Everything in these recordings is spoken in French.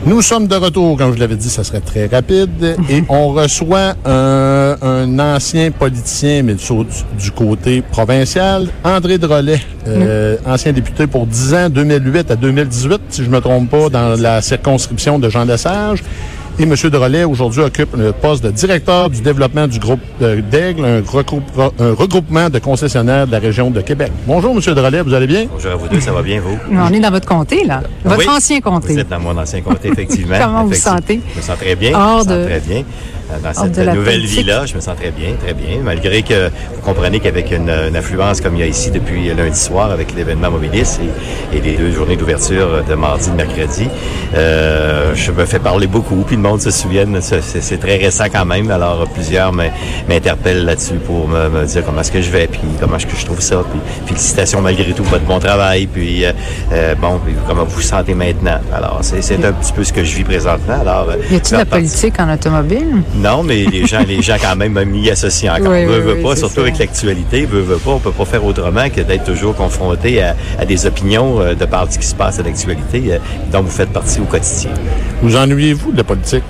Nous sommes de retour, comme je l'avais dit, ça serait très rapide. Et on reçoit un ancien politicien, mais du côté provincial, André Drolet, ancien député pour 10 ans, 2008 à 2018, si je ne me trompe pas, dans la circonscription de Jean-Lesage. Et M. Drolet, aujourd'hui, occupe le poste de directeur du développement du groupe d'Aigle, un regroupement de concessionnaires de la région de Québec. Bonjour, M. Drolet, vous allez bien? Bonjour à vous deux, ça va bien, vous? On est dans votre comté, là. Votre ancien comté. Vous êtes dans mon ancien comté, effectivement. Comment vous vous sentez? Je me sens très bien. Très bien. Dans cette nouvelle vie-là, je me sens très bien, malgré que vous comprenez qu'avec une affluence comme il y a ici depuis lundi soir avec l'événement Mobilis et les 2 journées d'ouverture de mardi et de mercredi, je me fais parler beaucoup, puis le monde se souvient, c'est très récent quand même, alors plusieurs m'interpellent là-dessus pour me dire comment est-ce que je vais, puis comment est-ce que je trouve ça, puis félicitations malgré tout pour votre bon travail, puis puis comment vous vous sentez maintenant. Alors, c'est un petit peu ce que je vis présentement. Alors, y a-t-il de la politique en automobile? Non, mais les gens quand même m'y associent encore. Veut pas, surtout avec l'actualité, veut pas, on peut pas faire autrement que d'être toujours confronté à des opinions de par ce qui se passe à l'actualité dont vous faites partie au quotidien. Vous ennuyez-vous de la politique?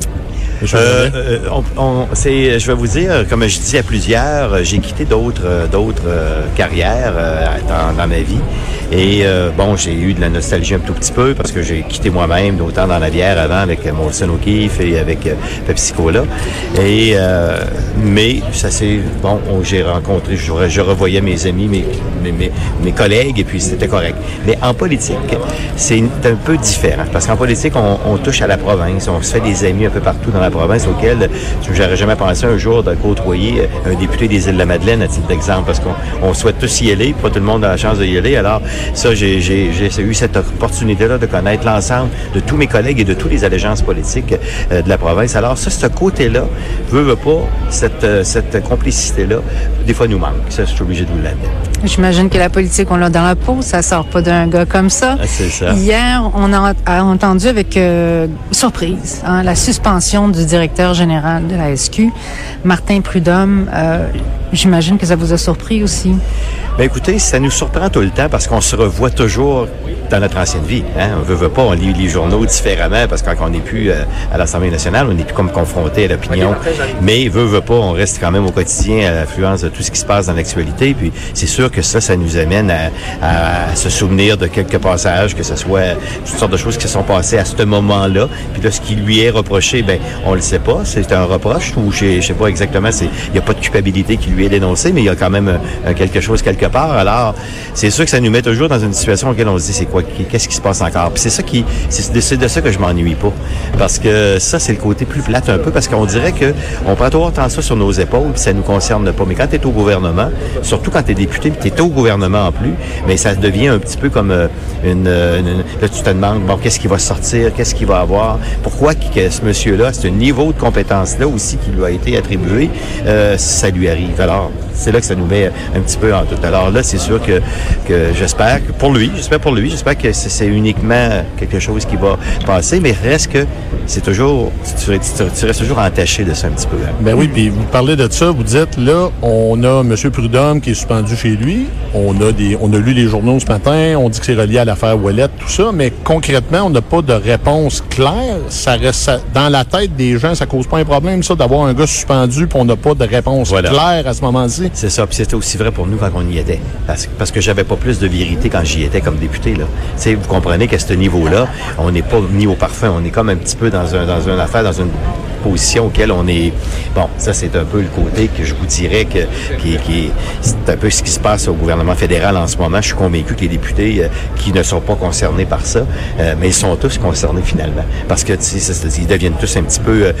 Je vais vous dire, comme je dis à plusieurs, j'ai quitté d'autres carrières dans ma vie. Et j'ai eu de la nostalgie un tout petit peu parce que j'ai quitté moi-même, autant dans la bière avant avec Molson O'Keeffe et avec Pepsi-Cola. Et mais ça c'est j'ai rencontré, je revoyais mes amis, mes collègues, et puis c'était correct. Mais en politique, c'est un peu différent parce qu'en politique, on touche à la province, on se fait des amis un peu partout dans la province auquel j'aurais jamais pensé un jour de côtoyer un député des Îles-de-la-Madeleine à titre d'exemple, parce qu'on souhaite tous y aller, pas tout le monde a la chance d'y aller. Alors ça, j'ai eu cette opportunité-là de connaître l'ensemble de tous mes collègues et de toutes les allégeances politiques de la province. Alors ça, ce côté-là, veut pas, cette complicité-là, des fois nous manque. Ça, je suis obligé de vous l'admettre. J'imagine que la politique, on l'a dans la peau, ça sort pas d'un gars comme ça. Ah, c'est ça. Hier, on a entendu avec surprise la suspension du directeur général de la SQ, Martin Prudhomme. J'imagine que ça vous a surpris aussi. Bien, écoutez, ça nous surprend tout le temps parce qu'on se revoit toujours dans notre ancienne vie. On veut pas, on lit les journaux différemment parce que quand on n'est plus à l'Assemblée nationale, on n'est plus comme confronté à l'opinion. Mais veut pas, on reste quand même au quotidien à l'influence de tout ce qui se passe dans l'actualité. Puis c'est sûr que ça nous amène à se souvenir de quelques passages, que ce soit toutes sortes de choses qui se sont passées à ce moment-là. Puis là, ce qui lui est reproché, on le sait pas. C'est un reproche ou je sais pas exactement. Il n'y a pas de culpabilité qui lui est dénoncée, mais il y a quand même quelque chose quelque part. Alors, c'est sûr que ça nous met toujours dans une situation dans laquelle on se dit, c'est quoi, qu'est-ce qui se passe encore? Puis c'est de ça que je m'ennuie pas. Parce que ça, c'est le côté plus plate un peu, parce qu'on dirait que on prend toujours tant ça sur nos épaules, puis ça nous concerne pas. Mais quand tu es au gouvernement, surtout quand tu es député, puis tu es au gouvernement en plus, mais ça devient un petit peu comme là, tu te demandes, qu'est-ce qui va sortir, qu'est-ce qu'il va avoir, pourquoi que ce monsieur-là, ce niveau de compétence-là aussi qui lui a été attribué, ça lui arrive. Alors, c'est là que ça nous met un petit peu en doute. Alors là, c'est sûr que j'espère que j'espère que c'est uniquement quelque chose qui va passer, mais reste que c'est toujours, tu restes toujours entaché de ça un petit peu. Ben oui, puis vous parlez de ça, vous dites, là, on a M. Prudhomme qui est suspendu chez lui, on a lu les journaux ce matin, on dit que c'est relié à l'affaire Ouellette, tout ça, mais concrètement, on n'a pas de réponse claire. Ça reste dans la tête des gens, ça cause pas un problème, ça, d'avoir un gars suspendu puis on n'a pas de réponse claire à ce moment-ci. C'est ça, puis c'était aussi vrai pour nous quand on y était. Parce que j'avais pas plus de vérité quand j'y étais comme député, là. Tu sais, vous comprenez qu'à ce niveau-là, on n'est pas mis au parfum, on est comme un petit peu dans une affaire, dans une position auquel on est... Bon, ça, c'est un peu le côté que je vous dirais c'est un peu ce qui se passe au gouvernement fédéral en ce moment. Je suis convaincu que les députés qui ne sont pas concernés par ça, mais ils sont tous concernés finalement. Parce que, tu sais, ils deviennent tous un petit peu...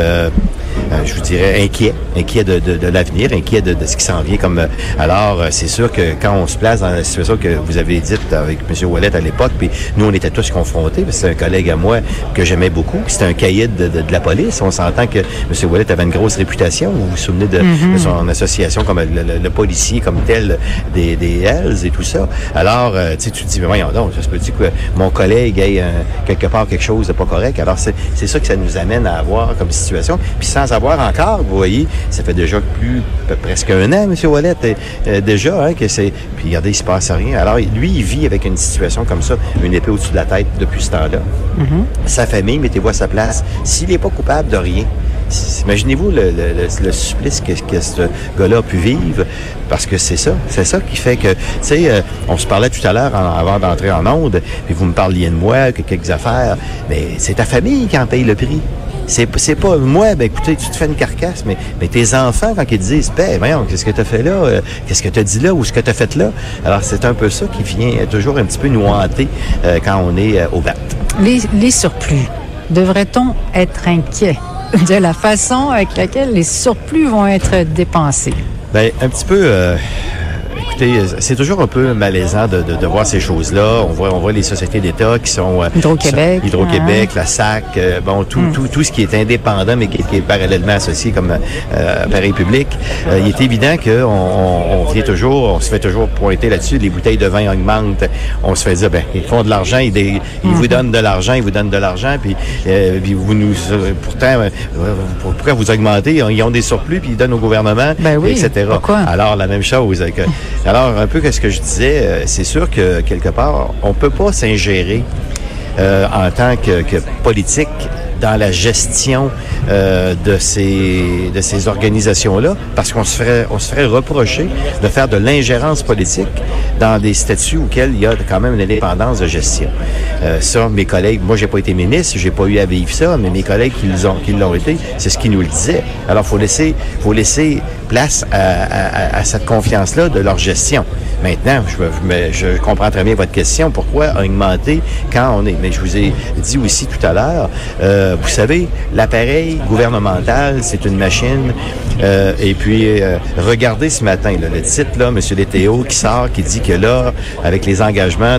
je vous dirais, inquiets de l'avenir, inquiets de ce qui s'en vient. Alors, c'est sûr que quand on se place dans la situation que vous avez dite avec M. Ouellette à l'époque, puis nous, on était tous confrontés, parce que c'est un collègue à moi que j'aimais beaucoup, c'était un caïd de la police, on s'entend que M. Ouellet avait une grosse réputation. Vous vous souvenez de son association comme le policier comme tel des Hells et tout ça. Alors, tu te dis, mais voyons donc, ça se peut-dire que mon collègue ait quelque part quelque chose de pas correct. Alors, c'est ça que ça nous amène à avoir comme situation. Puis sans avoir encore, vous voyez, ça fait déjà presque un an, M. Ouellet, déjà, hein, que c'est... Puis regardez, il se passe rien. Alors, lui, il vit avec une situation comme ça, une épée au-dessus de la tête depuis ce temps-là. Sa famille, mettez-vous à sa place. S'il n'est pas coupable de rien, imaginez-vous le supplice que ce gars-là a pu vivre, parce que c'est ça qui fait que, tu sais, on se parlait tout à l'heure avant d'entrer en onde, puis vous me parliez de moi, que quelques affaires, mais c'est ta famille qui en paye le prix. C'est pas moi, ben écoutez, tu te fais une carcasse, mais tes enfants, quand ils te disent, ben voyons, qu'est-ce que t'as fait là, qu'est-ce que t'as dit là, ou ce que t'as fait là, alors c'est un peu ça qui vient toujours un petit peu nous hanter quand on est au bat. Les surplus, devrait-on être inquiet de la façon avec laquelle les surplus vont être dépensés? Ben un petit peu... Écoutez, c'est toujours un peu malaisant de voir ces choses-là. On voit les sociétés d'État qui sont... Hydro-Québec, la SAC, tout ce qui est indépendant, mais qui est parallèlement associé comme appareil public. Il est évident qu'on se fait toujours pointer là-dessus. Les bouteilles de vin augmentent. On se fait dire, ben ils font de l'argent, ils vous donnent de l'argent, puis vous nous... Pourtant, pourquoi vous augmentez? Ils ont des surplus, puis ils donnent au gouvernement, etc. Pourquoi? Alors, la même chose. Alors, un peu que ce que je disais, c'est sûr que, quelque part, on peut pas s'ingérer en tant que politique dans la gestion de ces organisations-là, parce qu'on se ferait reprocher de faire de l'ingérence politique dans des statuts auxquels il y a quand même une indépendance de gestion. Ça, mes collègues, moi j'ai pas été ministre, j'ai pas eu à vivre ça, mais mes collègues qui l'ont été, c'est ce qu'ils nous le disaient. Alors, faut laisser place à cette confiance-là de leur gestion. Maintenant, je comprends très bien votre question. Pourquoi augmenter quand on est... Mais je vous ai dit aussi tout à l'heure, vous savez, l'appareil gouvernemental, c'est une machine. Et puis, regardez ce matin, là, le titre, là, M. Léthéo, qui sort, qui dit que là, avec les engagements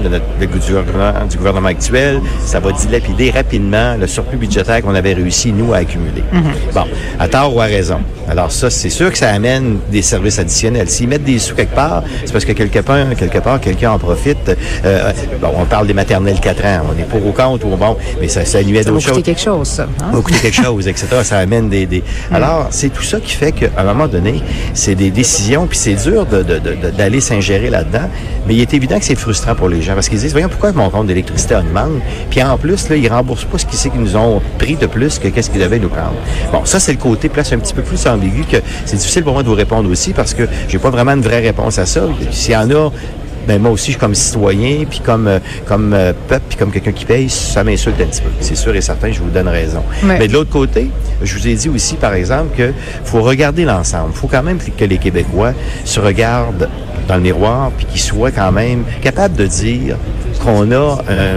du gouvernement actuel, ça va dilapider rapidement le surplus budgétaire qu'on avait réussi, nous, à accumuler. Bon, à tort ou à raison. Alors ça, c'est sûr que ça amène des services additionnels. S'ils mettent des sous quelque part, c'est parce que quelque part, quelqu'un en profite. On parle des maternelles 4 ans. On est pour ou contre, ou bon, mais ça nuit à d'autres choses. Ça va coûter quelque chose, ça. Ça va coûter quelque chose, etc. Ça amène des... Alors, c'est tout ça qui fait qu'à un moment donné, c'est des décisions, puis c'est dur d'aller s'ingérer là-dedans. Mais il est évident que c'est frustrant pour les gens, parce qu'ils disent, voyons, pourquoi mon compte d'électricité augmente? Puis en plus, là, ils remboursent pas ce qu'ils nous ont pris de plus que qu'est-ce qu'ils devaient nous prendre. Bon, ça, c'est le côté place un petit peu plus ambigu que c'est difficile pour moi de vous répondre aussi, parce que j'ai pas vraiment une vraie réponse à ça. S'il y en a, ben moi aussi, comme citoyen, puis comme peuple, puis comme quelqu'un qui paye, ça m'insulte un petit peu. C'est sûr et certain, je vous donne raison. Mais de l'autre côté, je vous ai dit aussi, par exemple, que faut regarder l'ensemble. Il faut quand même que les Québécois se regardent dans le miroir, puis qu'ils soient quand même capables de dire qu'on a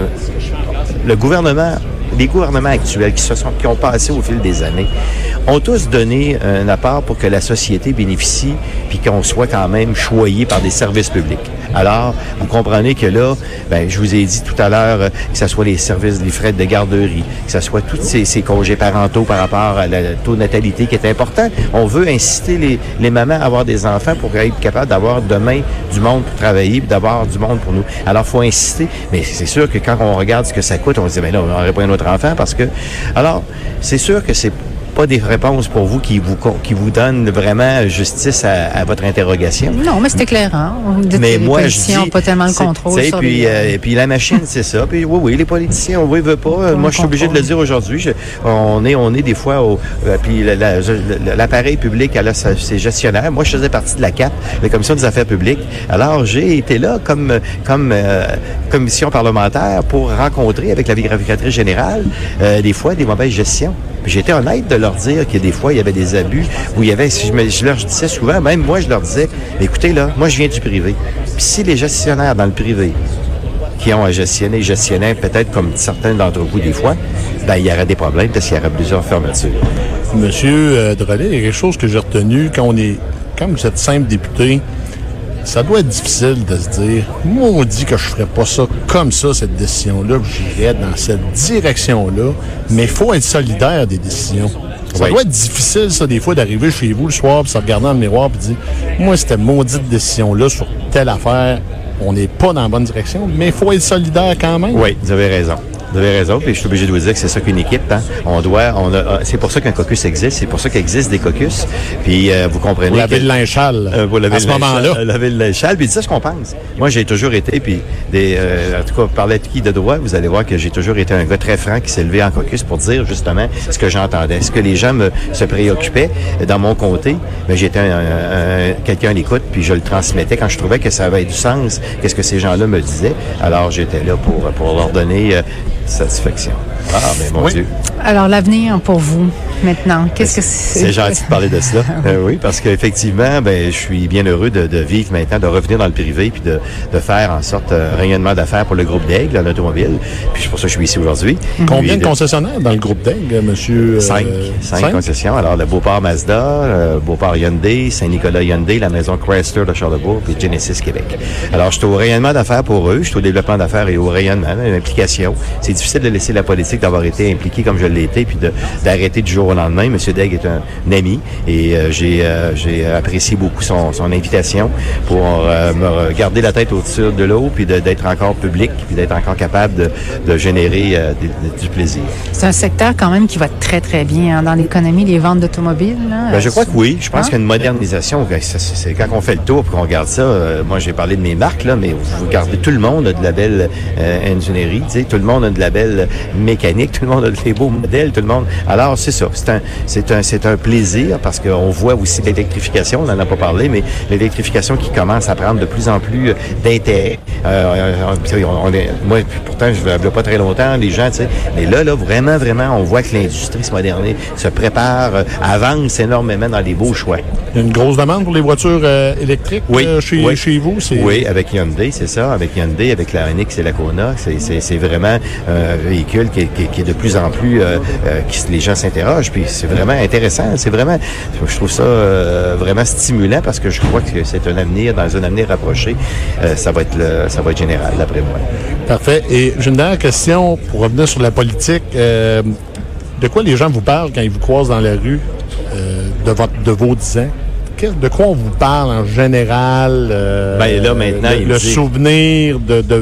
le gouvernement... Les gouvernements actuels qui ont passé au fil des années ont tous donné un apport pour que la société bénéficie puis qu'on soit quand même choyé par des services publics. Alors, vous comprenez que là, ben, je vous ai dit tout à l'heure que ce soit les services, les frais de garderie, que ce soit tous ces congés parentaux par rapport à la taux de natalité qui est important. On veut inciter les mamans à avoir des enfants pour être capable d'avoir demain du monde pour travailler puis d'avoir du monde pour nous. Alors, il faut insister. Mais c'est sûr que quand on regarde ce que ça coûte, on se dit, ben là, on n'aurait pas un autre enfant parce que... Alors, c'est sûr que c'est pas des réponses pour vous qui vous donnent vraiment justice à votre interrogation. Non, mais c'est éclairant. Mais moi, je dis... n'ont pas tellement le contrôle sur et puis la machine, c'est ça. Puis oui, les politiciens, on ne veut pas. Moi, je suis obligé de le dire aujourd'hui. On est des fois puis l'appareil public, elle a ses gestionnaires. Moi, je faisais partie de la CAP, la Commission des affaires publiques. Alors, j'ai été là comme commission parlementaire pour rencontrer avec la vérificatrice générale des fois des mauvaises gestions. J'étais honnête de leur dire que des fois, il y avait des abus, où il y avait, je leur disais souvent, même moi, je leur disais, écoutez, là, moi, je viens du privé. Puis si les gestionnaires dans le privé qui ont à gestionnaient peut-être comme certains d'entre vous des fois, ben il y aurait des problèmes parce qu'il y aurait plusieurs fermetures. Monsieur Drolet, il y a quelque chose que j'ai retenu quand vous êtes simple député, ça doit être difficile de se dire, maudit que je ferais pas ça comme ça, cette décision-là, que j'irais dans cette direction-là, mais il faut être solidaire des décisions. Ça doit être difficile, ça, des fois, d'arriver chez vous le soir, puis se regarder dans le miroir, puis dire, moi, cette maudite décision-là sur telle affaire, on n'est pas dans la bonne direction, mais il faut être solidaire quand même. Oui, vous avez raison. Vous avez raison, puis je suis obligé de vous dire que c'est ça qu'une équipe, hein. C'est pour ça qu'un caucus existe, c'est pour ça qu'existent des caucus. Puis vous comprenez. Vous lavez le linge sale. À ce moment-là. Laver le linge sale, puis c'est ça ce qu'on pense. Moi, j'ai toujours été, puis en tout cas, parler de qui de droit, vous allez voir que j'ai toujours été un gars très franc qui s'est levé en caucus pour dire justement ce que j'entendais, ce que les gens se préoccupaient dans mon comté. Mais j'étais quelqu'un à l'écoute, puis je le transmettais quand je trouvais que ça avait du sens, qu'est-ce que ces gens-là me disaient. Alors j'étais là pour leur donner satisfaction. Ah, mais mon Dieu. Alors, l'avenir pour vous, maintenant, qu'est-ce que c'est? C'est gentil de parler de cela. Oui, parce qu'effectivement, je suis bien heureux de vivre maintenant, de revenir dans le privé, puis de faire en sorte un rayonnement d'affaires pour le groupe d'Aigle en automobile. Puis c'est pour ça que je suis ici aujourd'hui. Combien de concessionnaires dans le groupe d'Aigle, monsieur? 5 concessions. Alors, le Beauport Mazda, le Beauport Hyundai, Saint-Nicolas Hyundai, la maison Chrysler de Charlebourg, puis Genesis Québec. Alors, je suis au rayonnement d'affaires pour eux, je suis au développement d'affaires et au rayonnement, à l'implication. C'est difficile de laisser la politique, d'avoir été impliqué comme je l'ai été, puis d'arrêter du jour au lendemain. Monsieur Daigle est un ami et j'ai apprécié beaucoup son invitation pour me garder la tête au-dessus de l'eau, puis d'être encore public, puis d'être encore capable de générer du plaisir. C'est un secteur quand même qui va très, très bien dans l'économie, les ventes d'automobiles. Je crois que oui. Je pense qu'il y a une modernisation. C'est quand on fait le tour et qu'on regarde ça. Moi, j'ai parlé de mes marques, là, mais vous regardez, tout le monde a de la belle ingénierie, tout le monde a de la belle mécanique, tout le monde a des beaux modèles, tout le monde. Alors, c'est ça. C'est un plaisir parce qu'on voit aussi l'électrification, on n'en a pas parlé, mais l'électrification qui commence à prendre de plus en plus d'intérêt. Moi, pourtant, je ne veux pas très longtemps, les gens, mais là, vraiment, on voit que l'industrie se modernise, se prépare, avance énormément dans les beaux choix. Il y a une grosse demande pour les voitures électriques chez vous? Oui, avec Hyundai, c'est ça. Avec Hyundai, avec la Onix et la Kona, c'est vraiment un véhicule qui est de plus en plus, les gens s'interrogent, puis c'est vraiment intéressant. C'est vraiment, je trouve ça vraiment stimulant parce que je crois que c'est un avenir, dans un avenir rapproché, ça va être général, d'après moi. Parfait. Et j'ai une dernière question pour revenir sur la politique. De quoi les gens vous parlent quand ils vous croisent dans la rue de vos 10 ans? De quoi on vous parle en général? Là, maintenant, le souvenir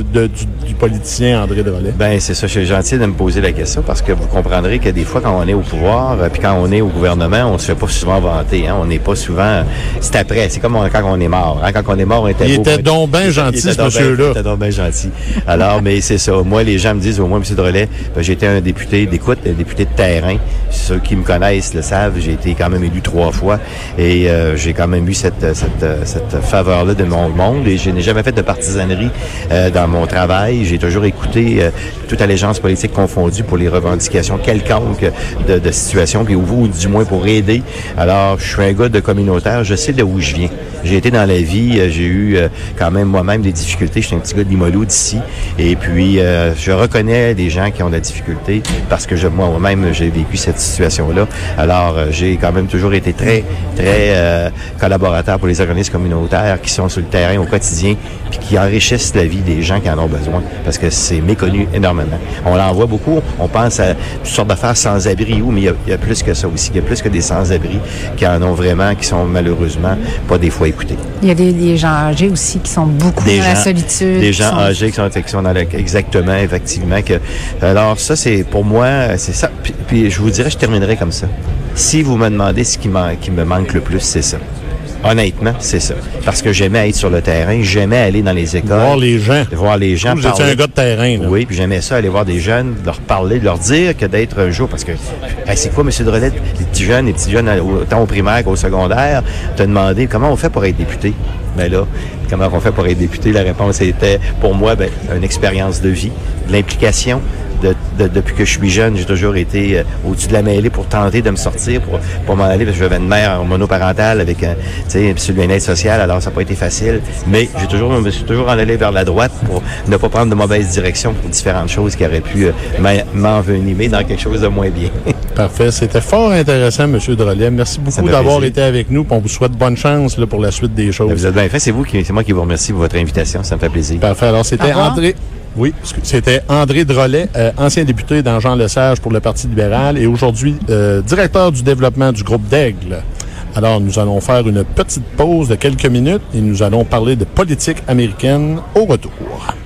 du politicien André Drolet. C'est ça, je suis gentil de me poser la question parce que vous comprendrez que des fois, quand on est au pouvoir, puis quand on est au gouvernement, on se fait pas souvent vanter. Hein? On n'est pas souvent... C'est après. C'est comme quand on est mort. Hein? Quand on est mort, on était... Il était donc bien gentil, ce monsieur-là. Il était donc bien gentil. Alors, mais c'est ça. Moi, les gens me disent, au moins, M. Drolet, j'étais un député d'écoute, un député de terrain. Ceux qui me connaissent le savent. J'ai été quand même élu 3 fois. Et j'ai quand même eu cette faveur-là de mon monde. Et je n'ai jamais fait de partisanerie dans mon travail. J'ai toujours écouté toute allégeance politique confondue pour les revendications quelconques de situation, puis ou du moins pour aider. Alors, je suis un gars de communautaire, je sais de où je viens. J'ai été dans la vie, j'ai eu quand même moi-même des difficultés. Je suis un petit gars de Limoilou d'ici. Et puis, je reconnais des gens qui ont de la difficulté parce que moi-même, j'ai vécu cette situation-là. Alors, j'ai quand même toujours été très, très collaborateur pour les organismes communautaires qui sont sur le terrain au quotidien puis qui enrichissent la vie des gens qui en ont besoin parce que c'est méconnu énormément. On l'en voit beaucoup. On pense à toutes sortes d'affaires sans-abri, mais il y a plus que ça aussi. Il y a plus que des sans-abri qui en ont vraiment, qui sont malheureusement pas des fois écoutés. Il y a des gens âgés aussi qui sont beaucoup dans la solitude. Des gens âgés qui sont dans exactement, effectivement. Alors ça, c'est pour moi, c'est ça. Puis je vous dirais, je terminerai comme ça. Si vous me demandez ce qui me manque le plus, c'est ça. Honnêtement, c'est ça. Parce que j'aimais être sur le terrain, j'aimais aller dans les écoles. Voir les gens. Vous étiez un gars de terrain, là. Oui, puis j'aimais ça, aller voir des jeunes, leur parler, leur dire que d'être un jour, parce que, c'est quoi, M. Drolet, les petits jeunes, autant au primaire qu'au secondaire, te demander comment on fait pour être député. Là, comment on fait pour être député? La réponse était, pour moi, une expérience de vie, de l'implication. Depuis que je suis jeune, j'ai toujours été au-dessus de la mêlée pour tenter de me sortir, pour m'en aller, parce que j'avais une mère monoparentale avec sur le bien-être social, alors ça n'a pas été facile. Mais je me suis toujours en allé vers la droite pour ne pas prendre de mauvaise direction pour différentes choses qui auraient pu m'envenimer dans quelque chose de moins bien. Parfait. C'était fort intéressant, M. Drolet. Merci beaucoup d'avoir été avec nous. On vous souhaite bonne chance pour la suite des choses. Vous êtes bien fait. C'est moi qui vous remercie pour votre invitation. Ça me fait plaisir. Parfait. Alors, c'était André Oui, c'était André Drolet, ancien député dans Jean Lesage pour le Parti libéral et aujourd'hui directeur du développement du groupe d'Aigle. Alors, nous allons faire une petite pause de quelques minutes et nous allons parler de politique américaine au retour.